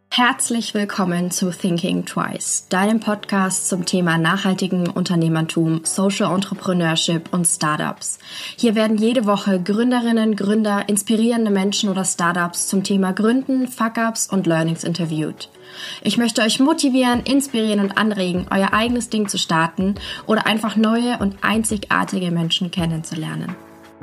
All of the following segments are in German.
Herzlich willkommen zu Thinking Twice, deinem Podcast zum Thema nachhaltigen Unternehmertum, Social Entrepreneurship und Startups. Hier werden jede Woche Gründerinnen, Gründer, inspirierende Menschen oder Startups zum Thema Gründen, Fuck-Ups und Learnings interviewt. Ich möchte euch motivieren, inspirieren und anregen, euer eigenes Ding zu starten oder einfach neue und einzigartige Menschen kennenzulernen.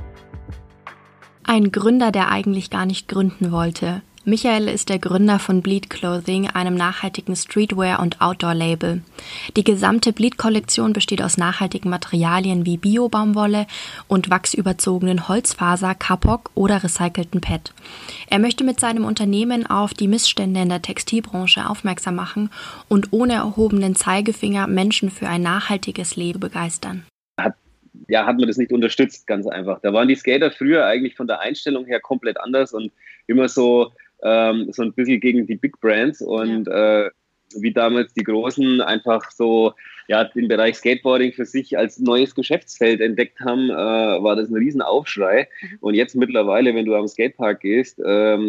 Ein Gründer, der eigentlich gar nicht gründen wollte. Michael ist der Gründer von Bleed Clothing, einem nachhaltigen Streetwear- und Outdoor-Label. Die gesamte Bleed-Kollektion besteht aus nachhaltigen Materialien wie Bio-Baumwolle und wachsüberzogenen Holzfaser, Kapok oder recycelten PET. Er möchte mit seinem Unternehmen auf die Missstände in der Textilbranche aufmerksam machen und ohne erhobenen Zeigefinger Menschen für ein nachhaltiges Leben begeistern. Hat man das nicht unterstützt, ganz einfach. Da waren die Skater früher eigentlich von der Einstellung her komplett anders und immer so ein bisschen gegen die Big Brands und wie damals die Großen einfach so den Bereich Skateboarding für sich als neues Geschäftsfeld entdeckt haben, war das ein Riesenaufschrei. Und jetzt mittlerweile, wenn du am Skatepark gehst,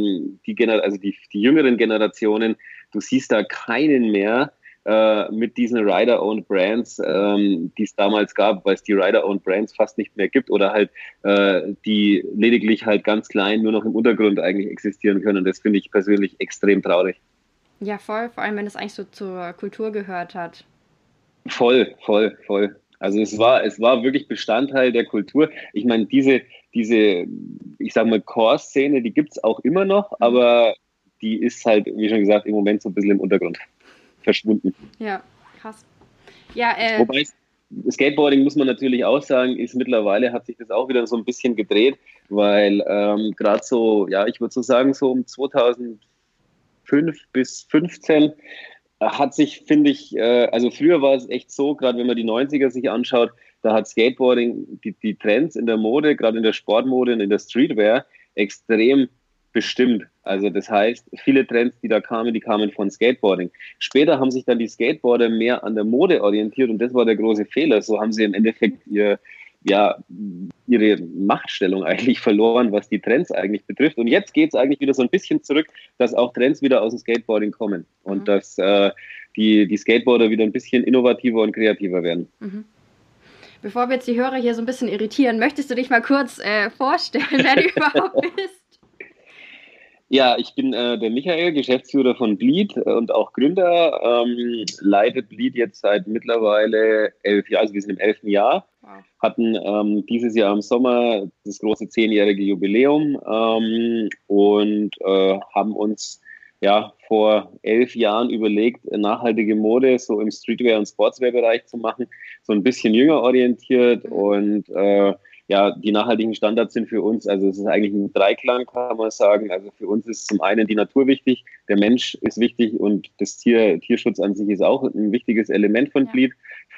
die jüngeren Generationen, du siehst da keinen mehr mit diesen Rider-Owned Brands, die es damals gab, weil es die Rider-Owned Brands fast nicht mehr gibt oder halt die lediglich halt ganz klein nur noch im Untergrund eigentlich existieren können. Das finde ich persönlich extrem traurig. Ja, voll, vor allem wenn es eigentlich so zur Kultur gehört hat. Voll. Also es war wirklich Bestandteil der Kultur. Ich meine, diese, ich sag mal, Core-Szene, die gibt es auch immer noch, aber die ist halt, wie schon gesagt, im Moment so ein bisschen im Untergrund verschwunden. Ja, krass. Ja, Wobei Skateboarding, muss man natürlich auch sagen, ist mittlerweile, hat sich das auch wieder so ein bisschen gedreht, weil gerade so, ich würde so sagen, so um 2005 bis 2015 hat sich, finde ich, also früher war es echt so, gerade wenn man die 90er sich anschaut, da hat Skateboarding die Trends in der Mode, gerade in der Sportmode und in der Streetwear, extrem bestimmt. Also das heißt, viele Trends, die kamen von Skateboarding. Später haben sich dann die Skateboarder mehr an der Mode orientiert und das war der große Fehler. So haben sie im Endeffekt ihre Machtstellung eigentlich verloren, was die Trends eigentlich betrifft. Und jetzt geht es eigentlich wieder so ein bisschen zurück, dass auch Trends wieder aus dem Skateboarding kommen und dass die Skateboarder wieder ein bisschen innovativer und kreativer werden. Bevor wir jetzt die Hörer hier so ein bisschen irritieren, möchtest du dich mal kurz vorstellen, wer du überhaupt bist? Ja, ich bin der Michael, Geschäftsführer von Bleed und auch Gründer, leite Bleed jetzt seit mittlerweile 11 Jahren, also wir sind im 11. Jahr, hatten dieses Jahr im Sommer das große 10-jährige Jubiläum und haben uns vor 11 Jahren überlegt, nachhaltige Mode so im Streetwear- und Sportswear-Bereich zu machen, so ein bisschen jünger orientiert und die nachhaltigen Standards sind für uns, also es ist eigentlich ein Dreiklang, kann man sagen. Also für uns ist zum einen die Natur wichtig, der Mensch ist wichtig und das Tierschutz an sich ist auch ein wichtiges Element von Bleed.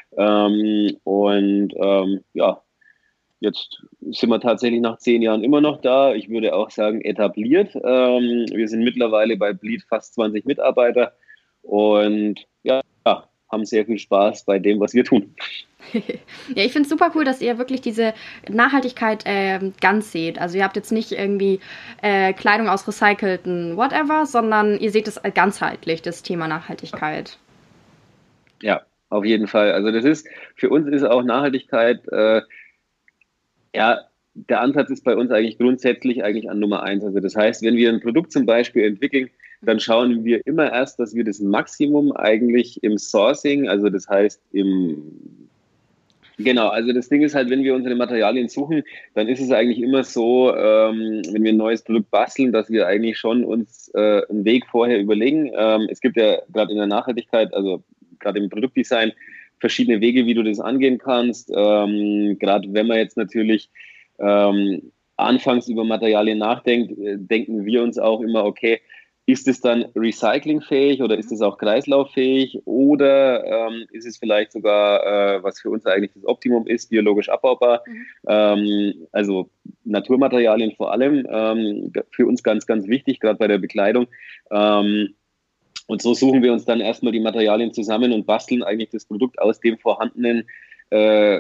Jetzt sind wir tatsächlich nach 10 Jahren immer noch da. Ich würde auch sagen etabliert. Wir sind mittlerweile bei Bleed fast 20 Mitarbeiter und haben sehr viel Spaß bei dem, was wir tun. Ja, ich finde es super cool, dass ihr wirklich diese Nachhaltigkeit ganz seht. Also ihr habt jetzt nicht irgendwie Kleidung aus recycelten whatever, sondern ihr seht es ganzheitlich, das Thema Nachhaltigkeit. Ja, auf jeden Fall. Also für uns ist auch Nachhaltigkeit, der Ansatz ist bei uns eigentlich grundsätzlich an Nummer 1. Also das heißt, wenn wir ein Produkt zum Beispiel entwickeln, dann schauen wir immer erst, dass wir das Maximum eigentlich im Sourcing, also das heißt also das Ding ist halt, wenn wir unsere Materialien suchen, dann ist es eigentlich immer so, wenn wir ein neues Produkt basteln, dass wir eigentlich schon uns einen Weg vorher überlegen. Es gibt ja gerade in der Nachhaltigkeit, also gerade im Produktdesign, verschiedene Wege, wie du das angehen kannst. Gerade wenn man jetzt natürlich anfangs über Materialien nachdenkt, denken wir uns auch immer, okay, ist es dann recyclingfähig oder ist es auch kreislauffähig oder ist es vielleicht sogar, was für uns eigentlich das Optimum ist, biologisch abbaubar? Also Naturmaterialien vor allem, für uns ganz, ganz wichtig, gerade bei der Bekleidung. Und so suchen wir uns dann erstmal die Materialien zusammen und basteln eigentlich das Produkt aus dem vorhandenen,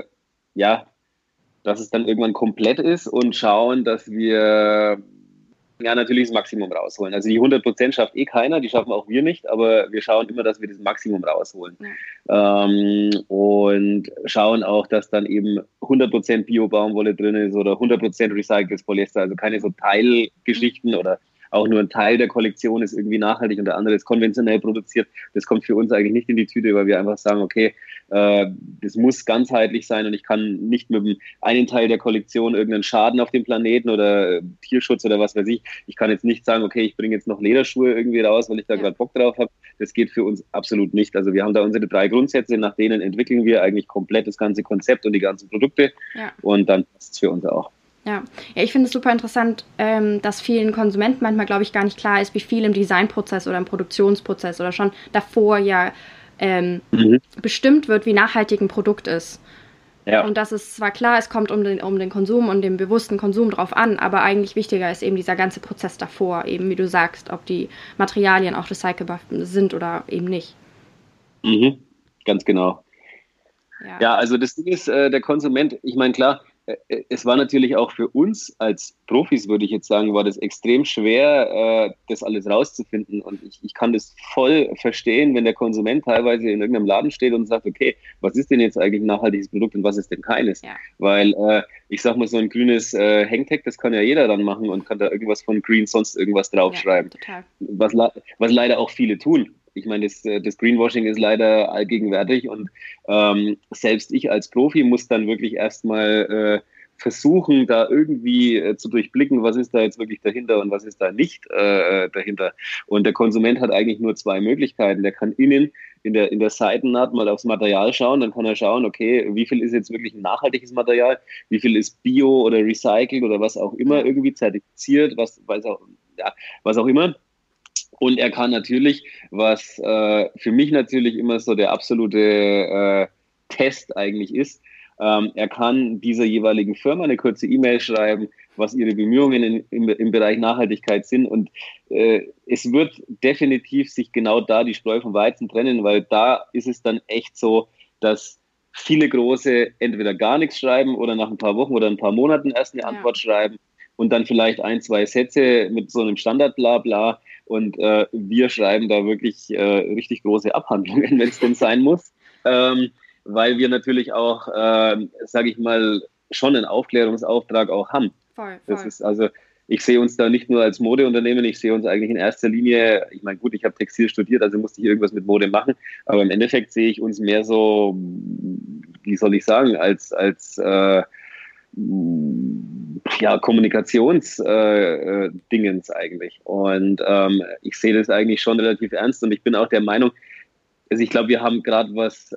dass es dann irgendwann komplett ist und schauen, dass wir Ja, natürlich das Maximum rausholen. Also die 100% schafft eh keiner, die schaffen auch wir nicht, aber wir schauen immer, dass wir das Maximum rausholen. Ja. Und schauen auch, dass dann eben 100% Bio-Baumwolle drin ist oder 100% recyceltes Polyester, also keine so Teilgeschichten oder auch nur ein Teil der Kollektion ist irgendwie nachhaltig und der andere ist konventionell produziert. Das kommt für uns eigentlich nicht in die Tüte, weil wir einfach sagen, okay, das muss ganzheitlich sein und ich kann nicht mit einem Teil der Kollektion irgendeinen Schaden auf dem Planeten oder Tierschutz oder was weiß ich. Ich kann jetzt nicht sagen, okay, ich bringe jetzt noch Lederschuhe irgendwie raus, weil ich da gerade Bock drauf habe. Das geht für uns absolut nicht. Also wir haben da unsere 3 Grundsätze, nach denen entwickeln wir eigentlich komplett das ganze Konzept und die ganzen Produkte und dann passt es für uns auch. Ja, ich finde es super interessant, dass vielen Konsumenten manchmal, glaube ich, gar nicht klar ist, wie viel im Designprozess oder im Produktionsprozess oder schon davor bestimmt wird, wie nachhaltig ein Produkt ist. Ja. Und das ist zwar klar, es kommt um den Konsum und den bewussten Konsum drauf an, aber eigentlich wichtiger ist eben dieser ganze Prozess davor, eben wie du sagst, ob die Materialien auch recycelbar sind oder eben nicht. Ganz genau. Ja, also das Ding ist, der Konsument, ich meine, klar, es war natürlich auch für uns als Profis, würde ich jetzt sagen, war das extrem schwer, das alles rauszufinden. Und ich kann das voll verstehen, wenn der Konsument teilweise in irgendeinem Laden steht und sagt, okay, was ist denn jetzt eigentlich ein nachhaltiges Produkt und was ist denn keines? Ja. Weil ich sag mal, so ein grünes Hangtag, das kann ja jeder dann machen und kann da irgendwas von Green sonst irgendwas draufschreiben. Ja, total. Was leider auch viele tun. Ich meine, das Greenwashing ist leider allgegenwärtig und selbst ich als Profi muss dann wirklich erstmal versuchen, da irgendwie zu durchblicken, was ist da jetzt wirklich dahinter und was ist da nicht dahinter. Und der Konsument hat eigentlich nur 2 Möglichkeiten. Der kann innen in der Seitennaht mal aufs Material schauen, dann kann er schauen, okay, wie viel ist jetzt wirklich ein nachhaltiges Material, wie viel ist Bio oder recycelt oder was auch immer irgendwie zertifiziert, was auch immer. Und er kann natürlich, was für mich natürlich immer so der absolute Test eigentlich ist, er kann dieser jeweiligen Firma eine kurze E-Mail schreiben, was ihre Bemühungen im Bereich Nachhaltigkeit sind. Und es wird definitiv sich genau da die Spreu vom Weizen trennen, weil da ist es dann echt so, dass viele Große entweder gar nichts schreiben oder nach ein paar Wochen oder ein paar Monaten erst eine Antwort schreiben und dann vielleicht 1, 2 Sätze mit so einem Standard-Blabla. Und wir schreiben da wirklich richtig große Abhandlungen, wenn es denn sein muss, weil wir natürlich auch, sage ich mal, schon einen Aufklärungsauftrag auch haben. Voll. Das ist also, ich sehe uns da nicht nur als Modeunternehmen, ich sehe uns eigentlich in erster Linie, ich meine, gut, ich habe Textil studiert, also musste ich irgendwas mit Mode machen, aber im Endeffekt sehe ich uns mehr so, wie soll ich sagen, als Kommunikationsdingens eigentlich. Und ich sehe das eigentlich schon relativ ernst und ich bin auch der Meinung, also ich glaube, wir haben gerade was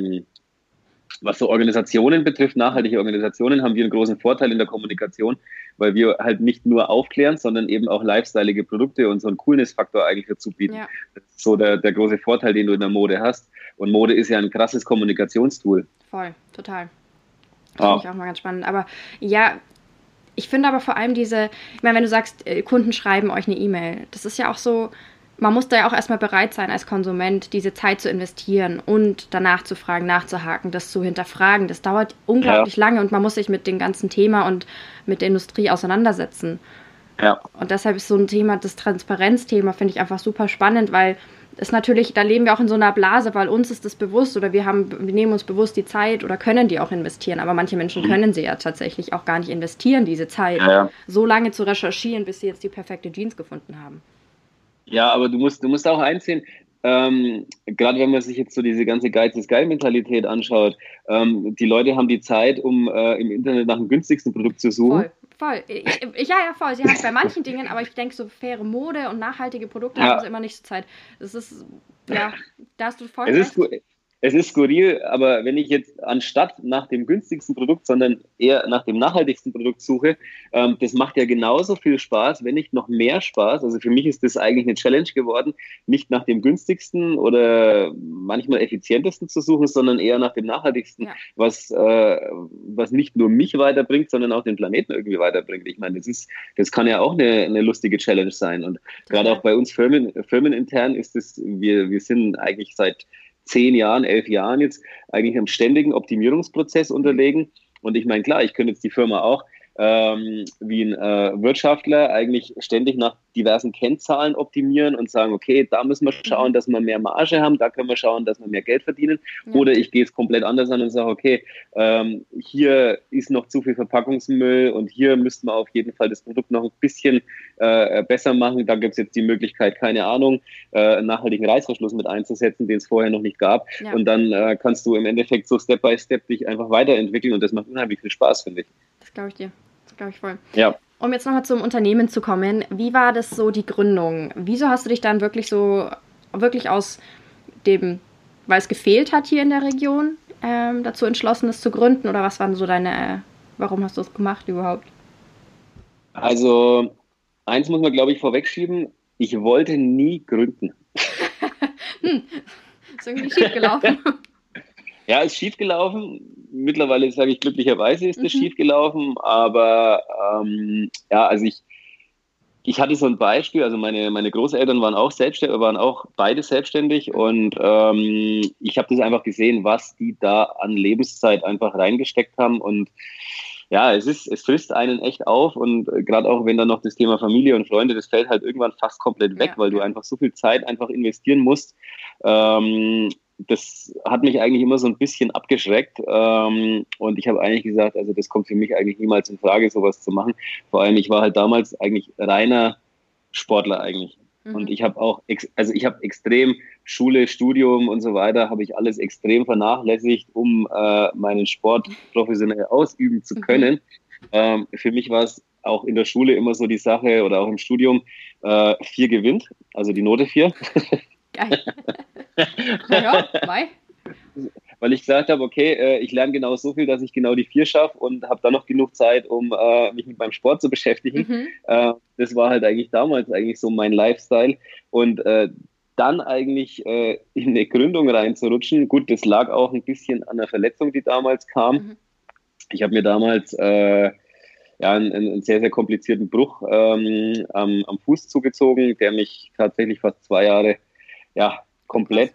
so Organisationen betrifft, nachhaltige Organisationen, haben wir einen großen Vorteil in der Kommunikation, weil wir halt nicht nur aufklären, sondern eben auch lifestyleige Produkte und so einen Coolness-Faktor eigentlich dazu bieten. Ja. Das ist so der große Vorteil, den du in der Mode hast. Und Mode ist ja ein krasses Kommunikationstool. Voll, total. Das finde ich auch mal ganz spannend. Aber ja, ich finde aber vor allem ich meine, wenn du sagst, Kunden schreiben euch eine E-Mail, das ist ja auch so, man muss da ja auch erstmal bereit sein als Konsument, diese Zeit zu investieren und danach zu fragen, nachzuhaken, das zu hinterfragen. Das dauert unglaublich lange und man muss sich mit dem ganzen Thema und mit der Industrie auseinandersetzen. Ja. Und deshalb ist so ein Thema, das Transparenzthema, finde ich einfach super spannend, weil ist natürlich, da leben wir auch in so einer Blase, weil uns ist das bewusst oder wir nehmen uns bewusst die Zeit oder können die auch investieren, aber manche Menschen können sie ja tatsächlich auch gar nicht investieren, diese Zeit, so lange zu recherchieren, bis sie jetzt die perfekte Jeans gefunden haben. Ja, aber du musst auch einsehen, gerade wenn man sich jetzt so diese ganze Geiz ist geil Mentalität anschaut, die Leute haben die Zeit, um im Internet nach dem günstigsten Produkt zu suchen. Voll. Ja, voll. Sie haben es bei manchen Dingen, aber ich denke, so faire Mode und nachhaltige Produkte haben sie immer nicht so Zeit. Das ist, da hast du voll recht. Es ist skurril, aber wenn ich jetzt anstatt nach dem günstigsten Produkt, sondern eher nach dem nachhaltigsten Produkt suche, das macht ja genauso viel Spaß, wenn nicht noch mehr Spaß. Also für mich ist das eigentlich eine Challenge geworden, nicht nach dem günstigsten oder manchmal effizientesten zu suchen, sondern eher nach dem nachhaltigsten, was nicht nur mich weiterbringt, sondern auch den Planeten irgendwie weiterbringt. Ich meine, das kann ja auch eine lustige Challenge sein. Und gerade auch bei uns firmenintern ist es, wir sind eigentlich seit 10 Jahren, 11 Jahren jetzt eigentlich einem ständigen Optimierungsprozess unterlegen. Und ich meine, klar, ich könnte jetzt die Firma auch wie ein Wirtschaftler eigentlich ständig nach diversen Kennzahlen optimieren und sagen, okay, da müssen wir schauen, dass wir mehr Marge haben, da können wir schauen, dass wir mehr Geld verdienen. Ja. Oder ich gehe es komplett anders an und sage, okay, hier ist noch zu viel Verpackungsmüll und hier müssten wir auf jeden Fall das Produkt noch ein bisschen besser machen. Da gibt es jetzt die Möglichkeit, keine Ahnung, einen nachhaltigen Reißverschluss mit einzusetzen, den es vorher noch nicht gab. Ja. Und dann kannst du im Endeffekt so Step by Step dich einfach weiterentwickeln und das macht unheimlich viel Spaß, finde ich. Das glaube ich dir. Das glaube ich voll. Ja. Um jetzt nochmal zum Unternehmen zu kommen, wie war das so, die Gründung? Wieso hast du dich dann wirklich aus dem, weil es gefehlt hat hier in der Region, dazu entschlossen, das zu gründen? Oder was waren so warum hast du es gemacht überhaupt? Also, eins muss man, glaube ich, vorwegschieben. Ich wollte nie gründen. Ist irgendwie schief gelaufen. Ja, ist schief gelaufen. Mittlerweile sage ich glücklicherweise ist es schief gelaufen, aber also ich hatte so ein Beispiel, also meine Großeltern waren auch selbstständig, waren auch beide selbstständig und ich habe das einfach gesehen, was die da an Lebenszeit einfach reingesteckt haben und ja, es frisst einen echt auf und gerade auch wenn dann noch das Thema Familie und Freunde, das fällt halt irgendwann fast komplett weg, weil du einfach so viel Zeit einfach investieren musst. Das hat mich eigentlich immer so ein bisschen abgeschreckt und ich habe eigentlich gesagt, also das kommt für mich eigentlich niemals in Frage, sowas zu machen. Vor allem, ich war halt damals eigentlich reiner Sportler eigentlich. Und ich habe auch, ich habe extrem Schule, Studium und so weiter, habe ich alles extrem vernachlässigt, um meinen Sport professionell ausüben zu können. Für mich war es auch in der Schule immer so die Sache oder auch im Studium 4 gewinnt, also die Note 4. Geil. Naja, weil ich gesagt habe, okay, ich lerne genau so viel, dass ich genau die 4 schaffe und habe dann noch genug Zeit, um mich mit meinem Sport zu beschäftigen. Das war halt eigentlich damals eigentlich so mein Lifestyle und dann eigentlich in eine Gründung reinzurutschen. Gut, das lag auch ein bisschen an der Verletzung, die damals kam. Ich habe mir damals einen sehr, sehr komplizierten Bruch am Fuß zugezogen, der mich tatsächlich fast 2 Jahre komplett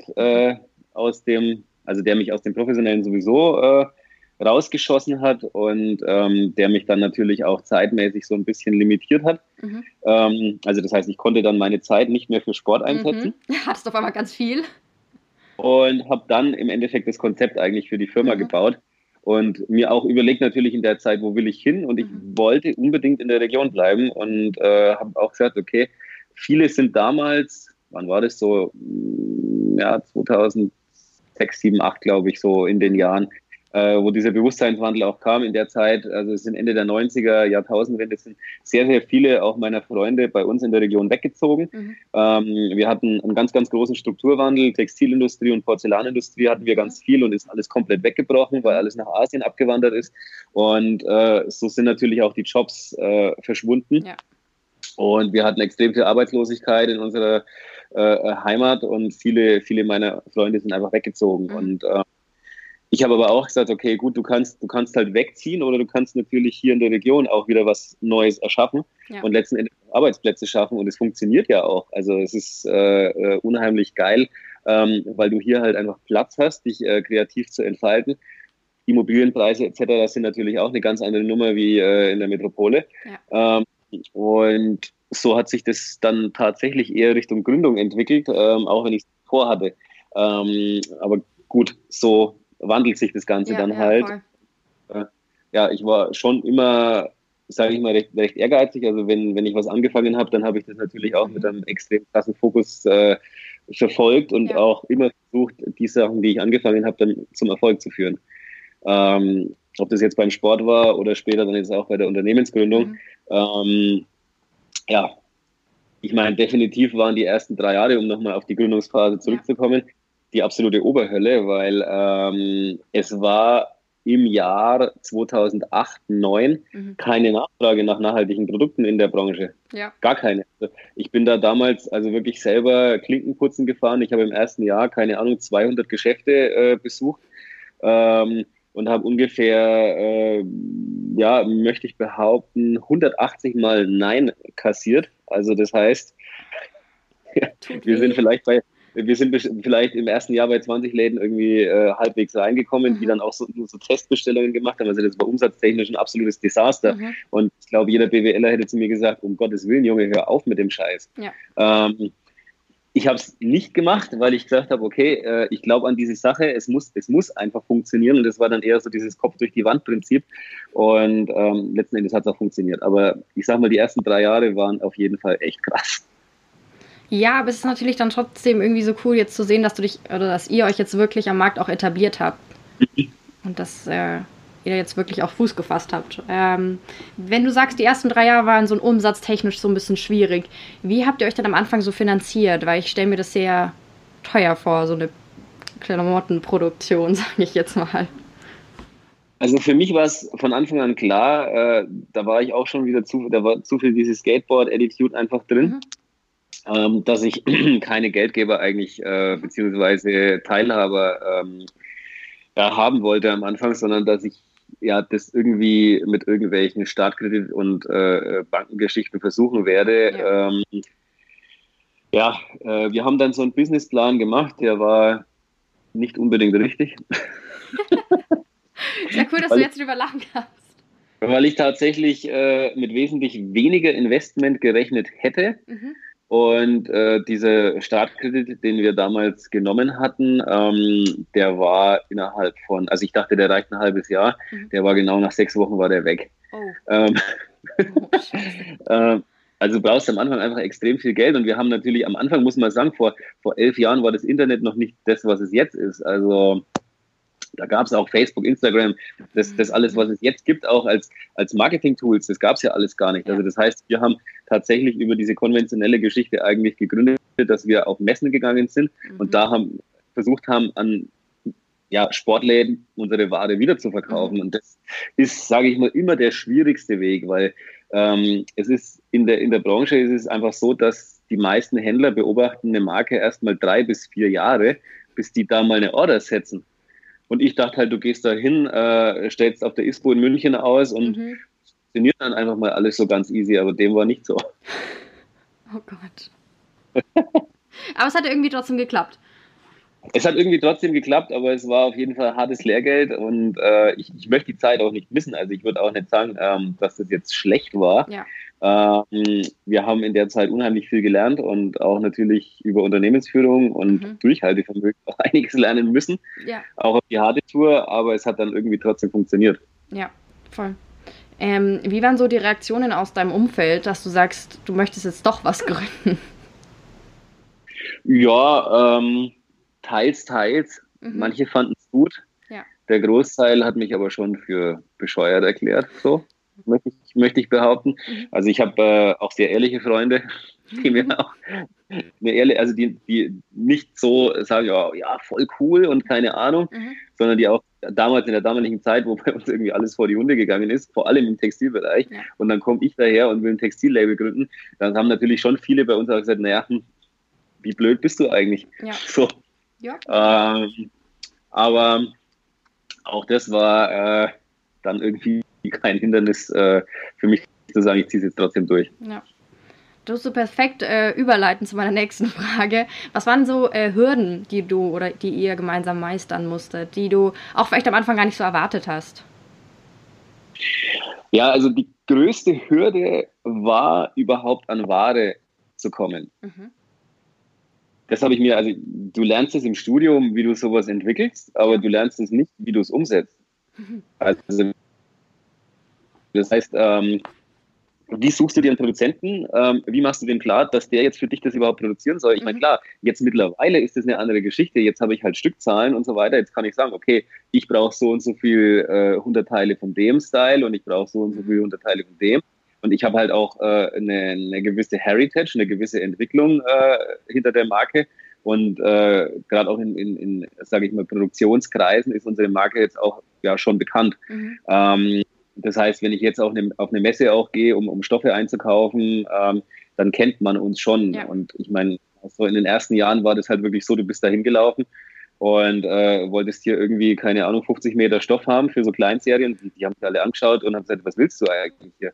der mich aus dem Professionellen sowieso rausgeschossen hat und der mich dann natürlich auch zeitmäßig so ein bisschen limitiert hat. Also das heißt, ich konnte dann meine Zeit nicht mehr für Sport einsetzen. Hattest auf einmal ganz viel. Und habe dann im Endeffekt das Konzept eigentlich für die Firma gebaut und mir auch überlegt natürlich in der Zeit, wo will ich hin? Und ich wollte unbedingt in der Region bleiben und habe auch gesagt, okay, viele sind damals, wann war das so? Ja, 2006, 7, 8, glaube ich, so in den Jahren, wo dieser Bewusstseinswandel auch kam in der Zeit, also es sind Ende der 90er, Jahrtausendwende, sind sehr, sehr viele auch meiner Freunde bei uns in der Region weggezogen. Wir hatten einen ganz, ganz großen Strukturwandel, Textilindustrie und Porzellanindustrie hatten wir ganz viel und ist alles komplett weggebrochen, weil alles nach Asien abgewandert ist und so sind natürlich auch die Jobs verschwunden. Ja. Und wir hatten extrem viel Arbeitslosigkeit in unserer Heimat und viele meiner Freunde sind einfach weggezogen. Und ich habe aber auch gesagt, okay, gut, du kannst halt wegziehen oder du kannst natürlich hier in der Region auch wieder was Neues erschaffen und letzten Endes Arbeitsplätze schaffen und es funktioniert ja auch. Also es ist unheimlich geil, weil du hier halt einfach Platz hast, dich kreativ zu entfalten. Immobilienpreise etc. sind natürlich auch eine ganz andere Nummer wie in der Metropole. Ja. Und so hat sich das dann tatsächlich eher Richtung Gründung entwickelt, auch wenn ich es vorhatte. Aber gut, so wandelt sich das Ganze dann halt. Ich war schon immer, sage ich mal, recht ehrgeizig. Also wenn ich was angefangen habe, dann habe ich das natürlich auch mit einem extrem krassen Fokus verfolgt und auch immer versucht, die Sachen, die ich angefangen habe, dann zum Erfolg zu führen. Ob das jetzt beim Sport war oder später dann jetzt auch bei der Unternehmensgründung. Ich meine, definitiv waren die ersten 3 Jahre, um nochmal auf die Gründungsphase zurückzukommen, die absolute Oberhölle, weil es war im Jahr 2008, 2009 keine Nachfrage nach nachhaltigen Produkten in der Branche. Ja. Gar keine. Ich bin da damals also wirklich selber Klinkenputzen gefahren. Ich habe im ersten Jahr, keine Ahnung, 200 Geschäfte besucht. Und habe ungefähr, möchte ich behaupten, 180 Mal Nein kassiert. Also das heißt, wir sind vielleicht bei wir sind vielleicht im ersten Jahr bei 20 Läden irgendwie halbwegs reingekommen, die dann auch so Testbestellungen gemacht haben. Also das war umsatztechnisch ein absolutes Desaster. Und ich glaube, jeder BWLer hätte zu mir gesagt, um Gottes Willen, Junge, hör auf mit dem Scheiß. Ja. Ich habe es nicht gemacht, weil ich gesagt habe, okay, ich glaube an diese Sache, es muss einfach funktionieren. Und das war dann eher so dieses Kopf durch die Wand-Prinzip. Und letzten Endes hat es auch funktioniert. Aber ich sag mal, die ersten 3 Jahre waren auf jeden Fall echt krass. Ja, aber es ist natürlich dann trotzdem irgendwie so cool, jetzt zu sehen, dass ihr euch jetzt wirklich am Markt auch etabliert habt. Und dass ihr jetzt wirklich auch Fuß gefasst habt. Wenn du sagst, die ersten 3 Jahre waren so umsatztechnisch so ein bisschen schwierig, wie habt ihr euch dann am Anfang so finanziert? Weil ich stelle mir das sehr teuer vor, so eine Klamottenproduktion, sage ich jetzt mal. Also für mich war es von Anfang an klar, da war ich auch schon wieder da war zu viel diese Skateboard-Attitude einfach drin. Dass ich keine Geldgeber eigentlich beziehungsweise Teilhaber haben wollte am Anfang, sondern dass ich das irgendwie mit irgendwelchen Startkredit- und Bankengeschichten versuchen werde. Ja. Wir haben dann so einen Businessplan gemacht, der war nicht unbedingt richtig. Sehr cool, dass du jetzt drüber lachen kannst. Weil ich tatsächlich mit wesentlich weniger Investment gerechnet hätte. Und dieser Startkredit, den wir damals genommen hatten, der war innerhalb von, also ich dachte, der reicht ein halbes Jahr, der war genau nach 6 Wochen war der weg. Also du brauchst am Anfang einfach extrem viel Geld und wir haben natürlich am Anfang, muss man sagen, vor 11 Jahren war das Internet noch nicht das, was es jetzt ist. Also da gab es auch Facebook, Instagram, das alles, was es jetzt gibt, auch als Marketing-Tools, das gab es ja alles gar nicht. Also das heißt, wir haben tatsächlich über diese konventionelle Geschichte eigentlich gegründet, dass wir auf Messen gegangen sind und da versucht haben, an Sportläden unsere Ware wieder zu verkaufen. Und das ist, sage ich mal, immer der schwierigste Weg, weil es ist in der Branche ist es einfach so, dass die meisten Händler beobachten eine Marke erstmal 3 bis 4 Jahre, bis die da mal eine Order setzen. Und ich dachte halt, du gehst da hin, stellst auf der ISPO in München aus und funktioniert dann einfach mal alles so ganz easy, aber dem war nicht so. Oh Gott. Aber es hat irgendwie trotzdem geklappt. Es hat irgendwie trotzdem geklappt, aber es war auf jeden Fall hartes Lehrgeld und ich möchte die Zeit auch nicht missen. Also ich würde auch nicht sagen, dass das jetzt schlecht war. Ja. Wir haben in der Zeit unheimlich viel gelernt und auch natürlich über Unternehmensführung und Durchhaltevermögen auch einiges lernen müssen. Ja. Auch auf die harte Tour, aber es hat dann irgendwie trotzdem funktioniert. Ja, voll. Wie waren so die Reaktionen aus deinem Umfeld, dass du sagst, du möchtest jetzt doch was gründen? Ja, teils. Manche fanden es gut. Ja. Der Großteil hat mich aber schon für bescheuert erklärt, so möchte ich behaupten. Also ich habe auch sehr ehrliche Freunde, die mir auch die nicht so sagen, ja, voll cool und keine Ahnung, sondern die auch damals in der damaligen Zeit, wo bei uns irgendwie alles vor die Hunde gegangen ist, vor allem im Textilbereich. Ja. Und dann komme ich daher und will ein Textillabel gründen. Dann haben natürlich schon viele bei uns auch gesagt, naja, wie blöd bist du eigentlich? Ja. So. Ja. Aber auch das war dann irgendwie kein Hindernis für mich zu sagen, ich ziehe es jetzt trotzdem durch. Ja. Du hast so perfekt überleiten zu meiner nächsten Frage. Was waren so Hürden, die ihr gemeinsam meistern musstet, die du auch vielleicht am Anfang gar nicht so erwartet hast? Ja, also die größte Hürde war, überhaupt an Ware zu kommen. Das habe ich mir, also du lernst es im Studium, wie du sowas entwickelst, aber du lernst es nicht, wie du es umsetzt. Also das heißt, wie suchst du dir einen Produzenten? Wie machst du dem klar, dass der jetzt für dich das überhaupt produzieren soll? Ich meine, klar, jetzt mittlerweile ist das eine andere Geschichte. Jetzt habe ich halt Stückzahlen und so weiter. Jetzt kann ich sagen, okay, ich brauche so und so viel Hundertteile von dem Style und ich brauche so und so viel Hundertteile von dem. Und ich habe halt auch eine gewisse Heritage, eine gewisse Entwicklung hinter der Marke. Und gerade auch in sage ich mal, Produktionskreisen ist unsere Marke jetzt auch schon bekannt. Das heißt, wenn ich jetzt auch auf eine Messe auch gehe, um Stoffe einzukaufen, dann kennt man uns schon. Ja. Und ich meine, so in den ersten Jahren war das halt wirklich so, du bist da hingelaufen und wolltest hier irgendwie, keine Ahnung, 50 Meter Stoff haben für so Kleinserien. Die haben sich alle angeschaut und haben gesagt, was willst du eigentlich hier?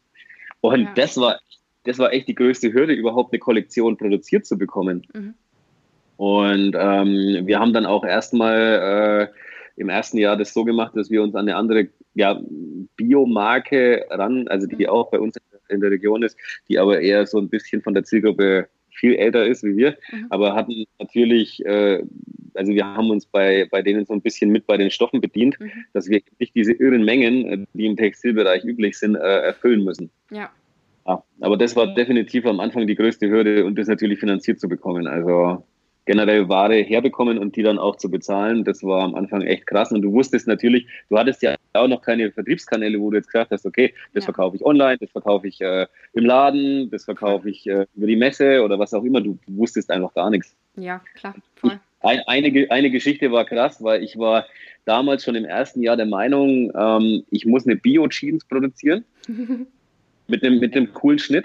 Das war echt die größte Hürde, überhaupt eine Kollektion produziert zu bekommen. Und wir haben dann auch erstmal im ersten Jahr das so gemacht, dass wir uns an eine andere Biomarke also die auch bei uns in der Region ist, die aber eher so ein bisschen von der Zielgruppe viel älter ist wie wir, aber hatten natürlich, also wir haben uns bei denen so ein bisschen mit bei den Stoffen bedient, dass wir nicht diese irren Mengen, die im Textilbereich üblich sind, erfüllen müssen. Ja. Ja, aber das war definitiv am Anfang die größte Hürde und das natürlich finanziert zu bekommen. Also generell Ware herbekommen und die dann auch zu bezahlen, das war am Anfang echt krass. Und du wusstest natürlich, du hattest ja auch noch keine Vertriebskanäle, wo du jetzt gesagt hast, okay, das verkaufe ich online, das verkaufe ich im Laden, das verkaufe ich über die Messe oder was auch immer. Du wusstest einfach gar nichts. Ja, klar, voll. Eine Geschichte war krass, weil ich war damals schon im ersten Jahr der Meinung, ich muss eine Bio-Jeans produzieren. Mit einem coolen Schnitt.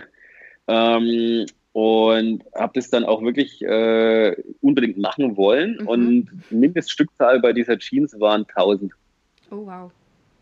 Und habe das dann auch wirklich unbedingt machen wollen. Und Mindeststückzahl bei dieser Jeans waren 1000. Oh, wow.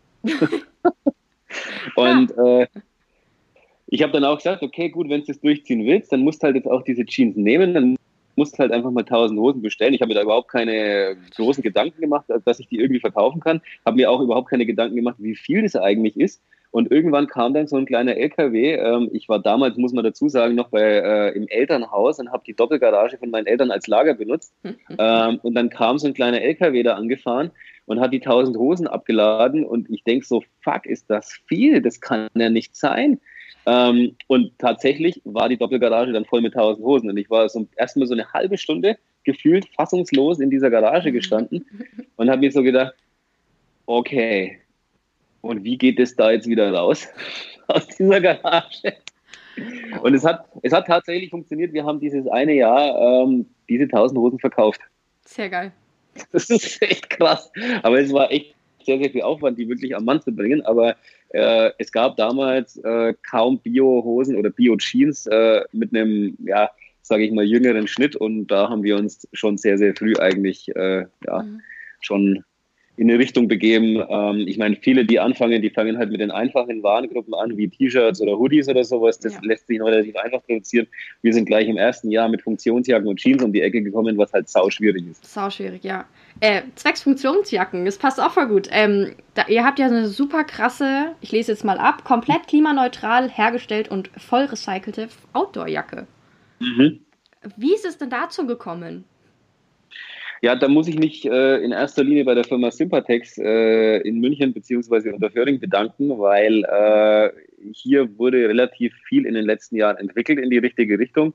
Und ich habe dann auch gesagt, okay, gut, wenn du das durchziehen willst, dann musst du halt jetzt auch diese Jeans nehmen, dann musst du halt einfach mal 1000 Hosen bestellen. Ich habe mir da überhaupt keine großen Gedanken gemacht, dass ich die irgendwie verkaufen kann. Habe mir auch überhaupt keine Gedanken gemacht, wie viel das eigentlich ist. Und irgendwann kam dann so ein kleiner LKW. Ich war damals, muss man dazu sagen, noch im Elternhaus und habe die Doppelgarage von meinen Eltern als Lager benutzt. Und dann kam so ein kleiner LKW da angefahren und hat die 1000 Hosen abgeladen. Und ich denke so, fuck, ist das viel? Das kann ja nicht sein. Und tatsächlich war die Doppelgarage dann voll mit 1000 Hosen. Und ich war so erstmal so eine halbe Stunde gefühlt fassungslos in dieser Garage gestanden und habe mir so gedacht, okay, und wie geht es da jetzt wieder raus aus dieser Garage? Und es hat tatsächlich funktioniert. Wir haben dieses eine Jahr diese 1000 Hosen verkauft. Sehr geil. Das ist echt krass. Aber es war echt sehr, sehr viel Aufwand, die wirklich am Mann zu bringen. Aber es gab damals kaum Bio-Hosen oder Bio-Jeans mit einem, sage ich mal, jüngeren Schnitt. Und da haben wir uns schon sehr, sehr früh eigentlich schon in eine Richtung begeben. Ich meine, viele, die anfangen, die fangen halt mit den einfachen Warengruppen an, wie T-Shirts oder Hoodies oder sowas. Das lässt sich noch relativ einfach produzieren. Wir sind gleich im ersten Jahr mit Funktionsjacken und Jeans um die Ecke gekommen, was halt sauschwierig ist. Sauschwierig, ja. Zwecks Funktionsjacken, das passt auch voll gut. Ihr habt ja eine super krasse, ich lese jetzt mal ab, komplett klimaneutral hergestellt und voll recycelte Outdoor-Jacke. Wie ist es denn dazu gekommen? Ja, da muss ich mich in erster Linie bei der Firma Sympatex in München bzw. Unterföhring bedanken, weil hier wurde relativ viel in den letzten Jahren entwickelt in die richtige Richtung.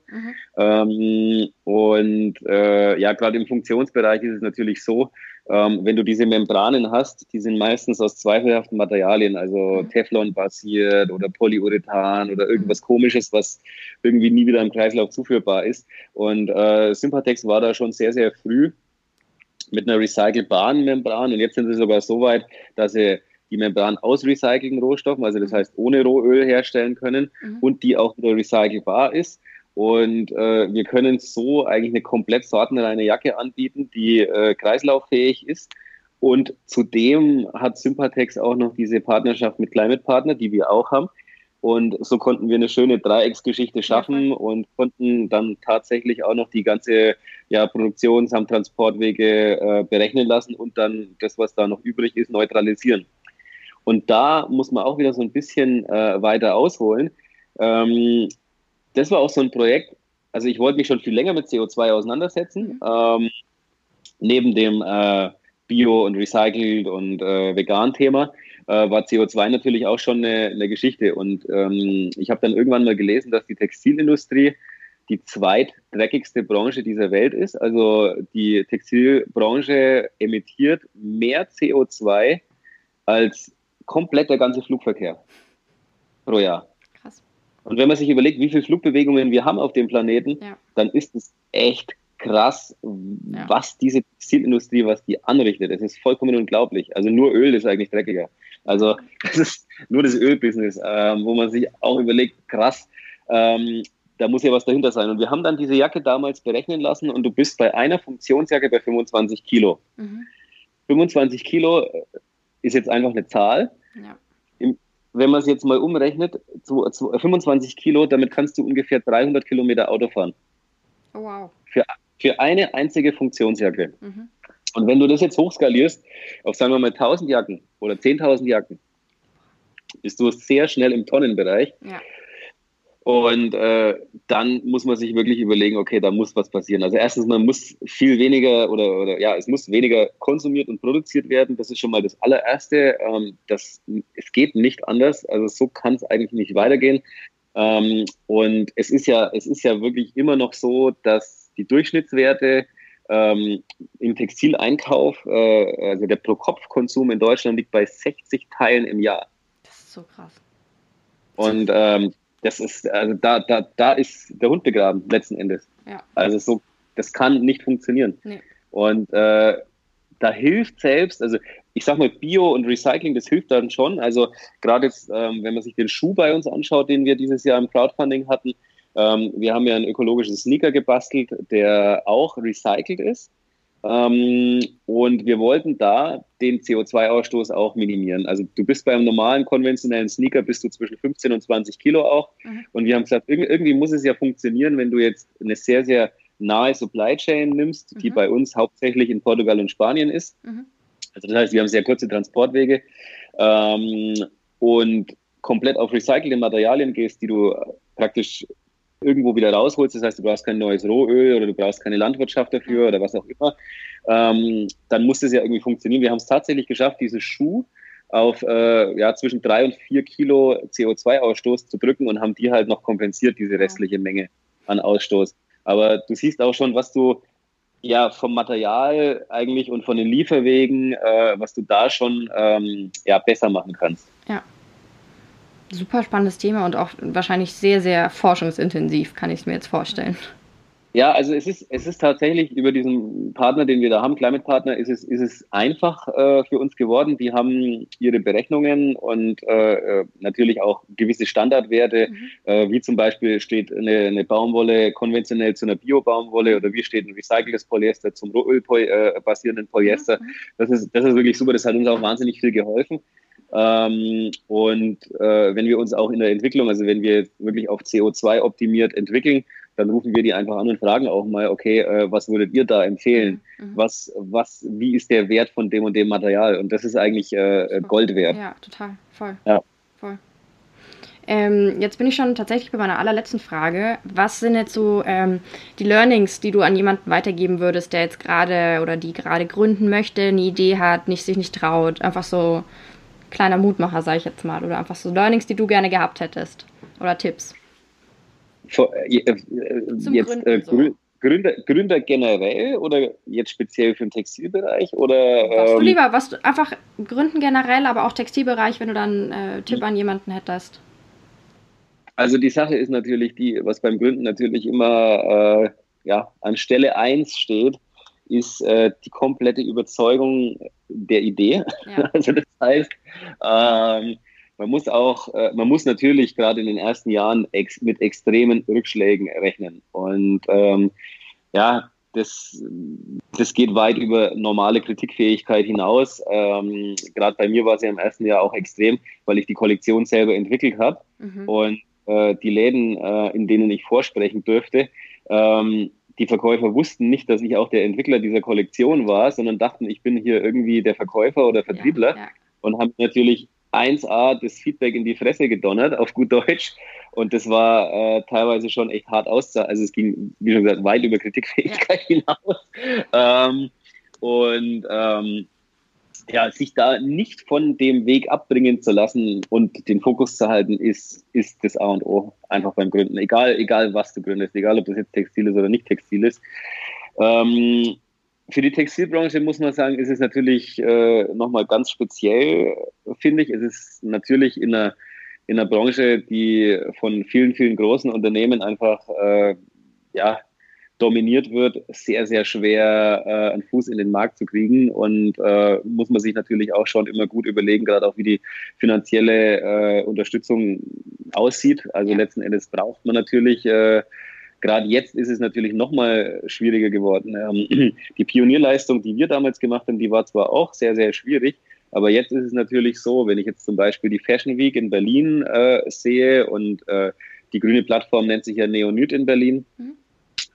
Und gerade im Funktionsbereich ist es natürlich so, wenn du diese Membranen hast, die sind meistens aus zweifelhaften Materialien, also Teflon basiert oder Polyurethan oder irgendwas Komisches, was irgendwie nie wieder im Kreislauf zuführbar ist. Und Sympatex war da schon sehr, sehr früh mit einer recycelbaren Membran und jetzt sind sie sogar so weit, dass sie die Membran aus recycelten Rohstoffen, also das heißt ohne Rohöl herstellen können und die auch wieder recycelbar ist. Und wir können so eigentlich eine komplett sortenreine Jacke anbieten, die kreislauffähig ist. Und zudem hat Sympatex auch noch diese Partnerschaft mit Climate Partner, die wir auch haben. Und so konnten wir eine schöne Dreiecksgeschichte schaffen und konnten dann tatsächlich auch noch die ganze Produktion samt Transportwege berechnen lassen und dann das, was da noch übrig ist, neutralisieren. Und da muss man auch wieder so ein bisschen weiter ausholen. Das war auch so ein Projekt, also ich wollte mich schon viel länger mit CO2 auseinandersetzen, neben dem Bio- und Recycelt- und Vegan-Thema. War CO2 natürlich auch schon eine Geschichte. Und ich habe dann irgendwann mal gelesen, dass die Textilindustrie die zweitdreckigste Branche dieser Welt ist. Also die Textilbranche emittiert mehr CO2 als komplett der ganze Flugverkehr pro Jahr. Krass. Und wenn man sich überlegt, wie viele Flugbewegungen wir haben auf dem Planeten, dann ist es echt krass, was diese Textilindustrie, was die anrichtet. Es ist vollkommen unglaublich. Also nur Öl ist eigentlich dreckiger. Also das ist nur das Ölbusiness, wo man sich auch überlegt, krass, da muss ja was dahinter sein. Und wir haben dann diese Jacke damals berechnen lassen und du bist bei einer Funktionsjacke bei 25 Kilo. 25 Kilo ist jetzt einfach eine Zahl. Wenn man es jetzt mal umrechnet, 25 Kilo, damit kannst du ungefähr 300 Kilometer Auto fahren. Oh, wow. Für eine einzige Funktionsjacke. Und wenn du das jetzt hochskalierst auf, sagen wir mal, 1000 Jacken oder 10.000 Jacken, bist du sehr schnell im Tonnenbereich. Ja. Und dann muss man sich wirklich überlegen, okay, da muss was passieren. Also erstens, man muss viel weniger oder es muss weniger konsumiert und produziert werden. Das ist schon mal das allererste. Es geht nicht anders. Also so kann es eigentlich nicht weitergehen. Und es ist ja wirklich immer noch so, dass die Durchschnittswerte im Textileinkauf, also der Pro-Kopf-Konsum in Deutschland liegt bei 60 Teilen im Jahr. Das ist so krass. Und das ist, also da ist der Hund begraben, letzten Endes. Ja. Also so, das kann nicht funktionieren. Nee. Und da hilft selbst, also ich sag mal, Bio und Recycling, das hilft dann schon. Also gerade jetzt, wenn man sich den Schuh bei uns anschaut, den wir dieses Jahr im Crowdfunding hatten, wir haben ja einen ökologischen Sneaker gebastelt, der auch recycelt ist. Und wir wollten da den CO2-Ausstoß auch minimieren. Also du bist beim normalen konventionellen Sneaker bist du zwischen 15 und 20 Kilo auch. Und wir haben gesagt, irgendwie muss es ja funktionieren, wenn du jetzt eine sehr, sehr nahe Supply Chain nimmst, die bei uns hauptsächlich in Portugal und Spanien ist. Also das heißt, wir haben sehr kurze Transportwege und komplett auf recycelte Materialien gehst, die du praktisch irgendwo wieder rausholst. Das heißt, du brauchst kein neues Rohöl oder du brauchst keine Landwirtschaft dafür oder was auch immer. Dann muss das ja irgendwie funktionieren. Wir haben es tatsächlich geschafft, diesen Schuh auf zwischen 3 und 4 Kilo CO2-Ausstoß zu drücken und haben die halt noch kompensiert, diese restliche Menge an Ausstoß. Aber du siehst auch schon, was du ja vom Material eigentlich und von den Lieferwegen, was du da schon besser machen kannst. Ja. Super spannendes Thema und auch wahrscheinlich sehr, sehr forschungsintensiv, kann ich es mir jetzt vorstellen. Ja, also es ist tatsächlich über diesen Partner, den wir da haben, Climate Partner, ist es einfach für uns geworden. Die haben ihre Berechnungen und natürlich auch gewisse Standardwerte, wie zum Beispiel steht eine Baumwolle konventionell zu einer Bio-Baumwolle oder wie steht ein recyceltes Polyester zum Rohöl-basierenden Polyester. Das ist wirklich super, das hat uns auch wahnsinnig viel geholfen. Wenn wir uns auch in der Entwicklung, also wenn wir wirklich auf CO2 optimiert entwickeln, dann rufen wir die einfach an und fragen auch mal, okay, was würdet ihr da empfehlen? Wie ist der Wert von dem und dem Material? Und das ist eigentlich Gold wert. Ja, total, voll. Ja. Voll. Jetzt bin ich schon tatsächlich bei meiner allerletzten Frage. Was sind jetzt so die Learnings, die du an jemanden weitergeben würdest, der jetzt gerade oder die gerade gründen möchte, eine Idee hat, sich nicht traut, einfach so kleiner Mutmacher, sage ich jetzt mal, oder einfach so Learnings, die du gerne gehabt hättest oder Tipps? Gründer generell oder jetzt speziell für den Textilbereich? Oder, Was du einfach gründen generell, aber auch Textilbereich, wenn du dann Tipp an jemanden hättest. Also die Sache ist natürlich was beim Gründen natürlich immer an Stelle 1 steht, ist die komplette Überzeugung der Idee. Ja. Also das heißt, man muss natürlich gerade in den ersten Jahren mit extremen Rückschlägen rechnen. Und das geht weit über normale Kritikfähigkeit hinaus. Gerade bei mir war es ja im ersten Jahr auch extrem, weil ich die Kollektion selber entwickelt habe. Und die Läden, in denen ich vorsprechen durfte, die Verkäufer wussten nicht, dass ich auch der Entwickler dieser Kollektion war, sondern dachten, ich bin hier irgendwie der Verkäufer oder Vertriebler und haben natürlich 1A das Feedback in die Fresse gedonnert, auf gut Deutsch. Und das war teilweise schon echt hart auszuhalten. Also es ging, wie schon gesagt, weit über Kritikfähigkeit hinaus. Sich da nicht von dem Weg abbringen zu lassen und den Fokus zu halten, ist das A und O einfach beim Gründen. Egal was du gründest, egal ob das jetzt Textil ist oder nicht Textil ist. Für die Textilbranche muss man sagen, ist es natürlich nochmal ganz speziell, finde ich. Es ist natürlich in einer Branche, die von vielen, vielen großen Unternehmen einfach dominiert wird, sehr, sehr schwer einen Fuß in den Markt zu kriegen und muss man sich natürlich auch schon immer gut überlegen, gerade auch wie die finanzielle Unterstützung aussieht. Also letzten Endes braucht man natürlich, gerade jetzt ist es natürlich nochmal schwieriger geworden. Die Pionierleistung, die wir damals gemacht haben, die war zwar auch sehr, sehr schwierig, aber jetzt ist es natürlich so, wenn ich jetzt zum Beispiel die Fashion Week in Berlin sehe und die grüne Plattform nennt sich ja Neonyt in Berlin,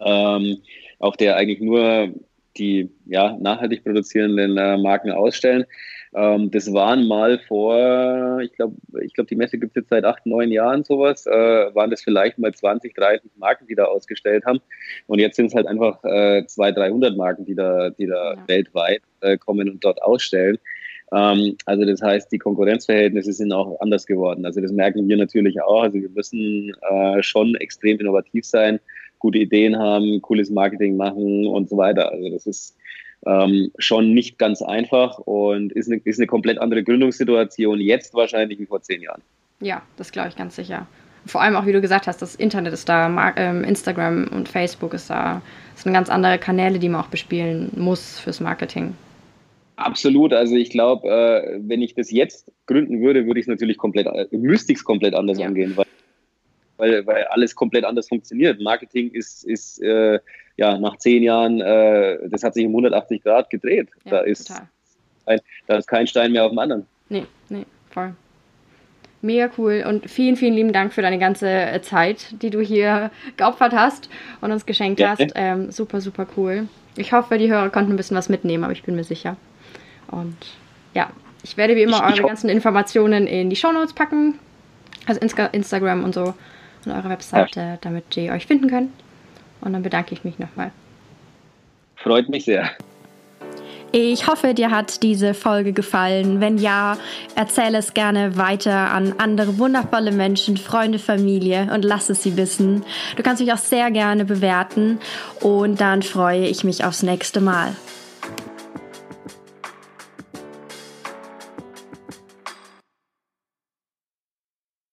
auf der eigentlich nur die nachhaltig produzierenden Marken ausstellen. Das waren mal vor, ich glaube, die Messe gibt es jetzt seit 8, 9 Jahren sowas, waren das vielleicht mal 20, 30 Marken, die da ausgestellt haben. Und jetzt sind es halt einfach 200, 300 Marken, die da weltweit kommen und dort ausstellen. Also das heißt, die Konkurrenzverhältnisse sind auch anders geworden. Also das merken wir natürlich auch. Also wir müssen schon extrem innovativ sein, gute Ideen haben, cooles Marketing machen und so weiter. Also das ist schon nicht ganz einfach und ist eine komplett andere Gründungssituation jetzt wahrscheinlich wie vor 10 Jahren. Ja, das glaube ich ganz sicher. Vor allem auch, wie du gesagt hast, das Internet ist da, Instagram und Facebook ist da. Das sind ganz andere Kanäle, die man auch bespielen muss fürs Marketing. Absolut. Also ich glaube, wenn ich das jetzt gründen würde, müsste ich es komplett anders angehen, weil alles komplett anders funktioniert. Marketing ist nach 10 Jahren, das hat sich um 180 Grad gedreht. Ja, da ist kein Stein mehr auf dem anderen. Nee, voll. Mega cool und vielen, vielen lieben Dank für deine ganze Zeit, die du hier geopfert hast und uns geschenkt hast. Super, super cool. Ich hoffe, die Hörer konnten ein bisschen was mitnehmen, aber ich bin mir sicher. Und ja, ich werde wie immer eure ganzen Informationen in die Shownotes packen, also Instagram und so und eure Webseite, damit ihr euch finden könnt. Und dann bedanke ich mich nochmal. Freut mich sehr. Ich hoffe, dir hat diese Folge gefallen. Wenn ja, erzähle es gerne weiter an andere wundervolle Menschen, Freunde, Familie und lass es sie wissen. Du kannst mich auch sehr gerne bewerten und dann freue ich mich aufs nächste Mal.